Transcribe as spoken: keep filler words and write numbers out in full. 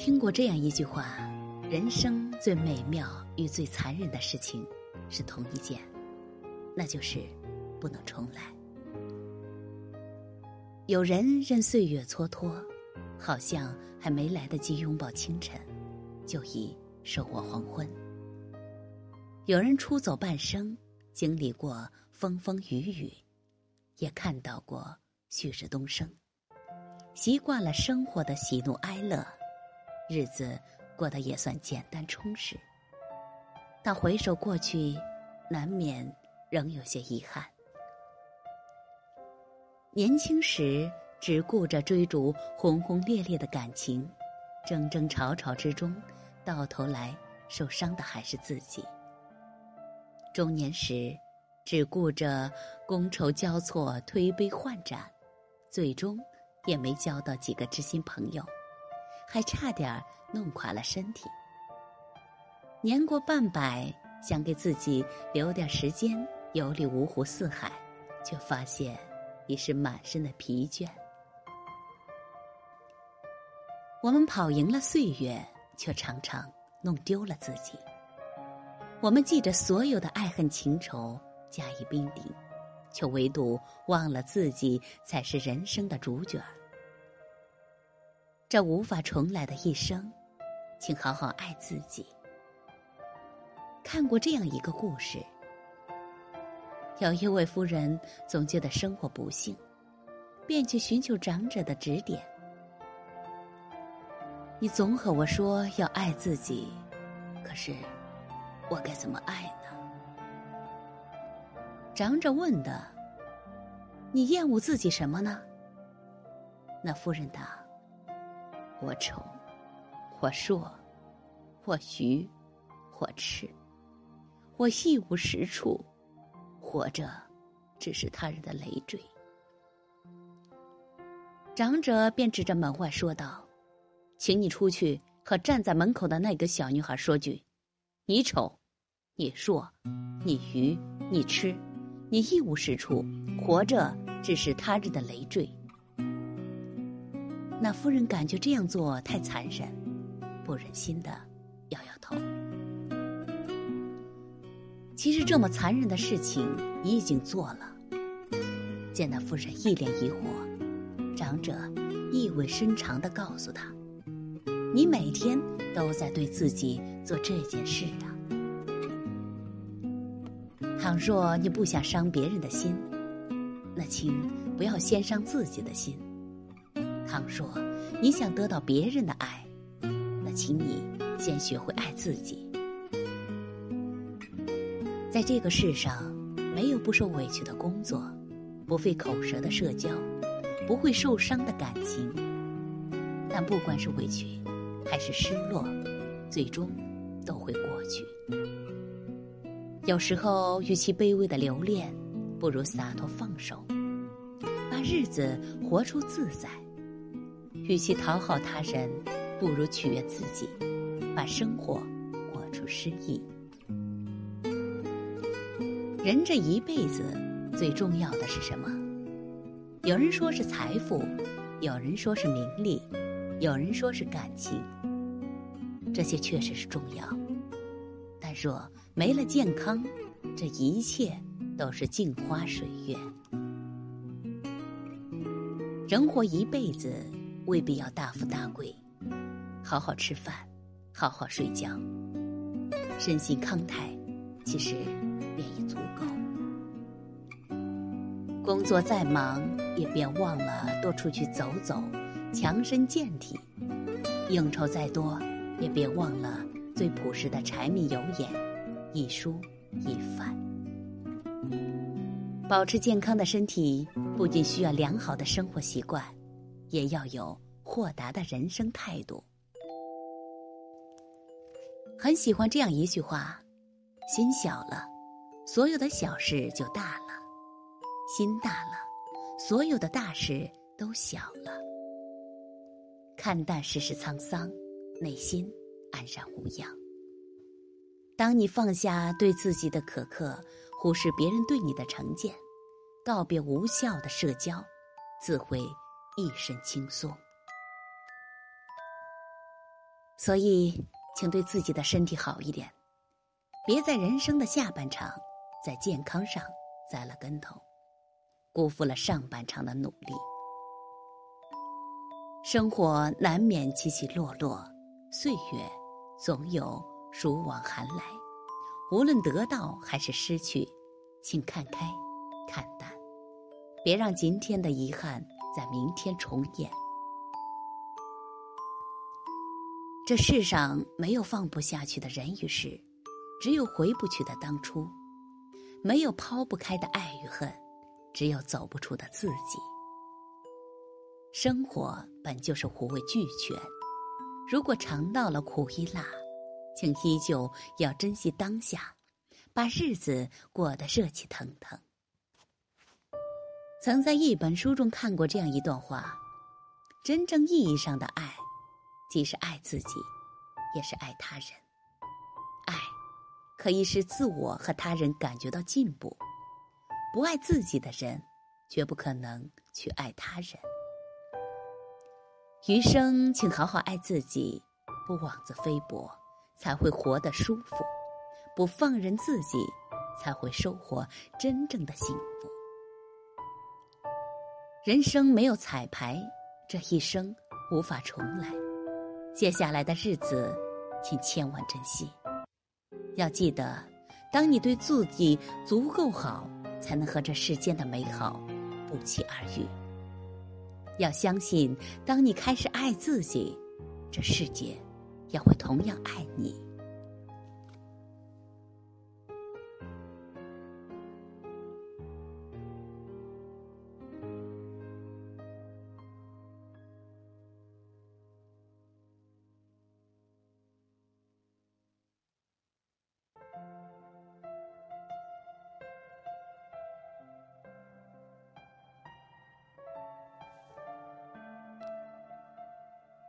听过这样一句话，人生最美妙与最残忍的事情是同一件，那就是不能重来。有人任岁月蹉跎，好像还没来得及拥抱清晨，就已收获黄昏。有人出走半生，经历过风风雨雨，也看到过旭日东升，习惯了生活的喜怒哀乐，日子过得也算简单充实。但回首过去，难免仍有些遗憾。年轻时只顾着追逐轰轰烈烈的感情，争争吵吵之中，到头来受伤的还是自己。中年时只顾着觥筹交错，推杯换盏，最终也没交到几个知心朋友，还差点弄垮了身体。年过半百，想给自己留点时间游历五湖四海，却发现已是满身的疲倦。我们跑赢了岁月，却常常弄丢了自己。我们记着所有的爱恨情仇，甲乙丙丁，却唯独忘了自己才是人生的主角。这无法重来的一生，请好好爱自己。看过这样一个故事，有一位夫人总觉得生活不幸，便去寻求长者的指点。你总和我说要爱自己，可是我该怎么爱呢？长者问的，你厌恶自己什么呢？那夫人答，我丑，我硕，我愚，我痴，我一无是处，活着只是他人的累赘。长者便指着门外说道，请你出去和站在门口的那个小女孩说句，你丑，你弱，你愚，你痴，你一无是处，活着只是他人的累赘。那夫人感觉这样做太残忍，不忍心的摇摇头。其实这么残忍的事情你已经做了。见那夫人一脸疑惑，长者意味深长地告诉他，你每天都在对自己做这件事啊。倘若你不想伤别人的心，那请不要先伤自己的心。倘若你想得到别人的爱，那请你先学会爱自己。在这个世上，没有不受委屈的工作，不费口舌的社交，不会受伤的感情。但不管是委屈还是失落，最终都会过去。有时候与其卑微的留恋，不如洒脱放手，把日子活出自在。与其讨好他人，不如取悦自己，把生活过出诗意。人这一辈子最重要的是什么？有人说是财富，有人说是名利，有人说是感情。这些确实是重要，但若没了健康，这一切都是镜花水月。人活一辈子未必要大富大贵，好好吃饭，好好睡觉，身心康泰，其实便已足够。工作再忙，也别忘了多出去走走，强身健体；应酬再多，也别忘了最朴实的柴米油盐，一蔬一饭。保持健康的身体，不仅需要良好的生活习惯，也要有豁达的人生态度。很喜欢这样一句话，心小了，所有的小事就大了；心大了，所有的大事都小了。看淡世事沧桑，内心安然无恙。当你放下对自己的苛刻，忽视别人对你的成见，告别无效的社交，自会一身轻松。 所以，请对自己的身体好一点，别在人生的下半场在健康上栽了跟头，辜负了上半场的努力。生活难免起起落落，岁月总有暑往寒来，无论得到还是失去，请看开看淡，别让今天的遗憾在明天重演。这世上没有放不下去的人与事，只有回不去的当初；没有抛不开的爱与恨，只有走不出的自己。生活本就是苦味俱全，如果尝到了苦与辣，请依旧要珍惜当下，把日子过得热气腾腾。曾在一本书中看过这样一段话：真正意义上的爱，既是爱自己，也是爱他人。爱可以使自我和他人感觉到进步，不爱自己的人，绝不可能去爱他人。余生请好好爱自己，不妄自菲薄，才会活得舒服；不放任自己，才会收获真正的幸福。人生没有彩排，这一生无法重来，接下来的日子请千万珍惜。要记得，当你对自己足够好，才能和这世间的美好不期而遇。要相信，当你开始爱自己，这世界也会同样爱你。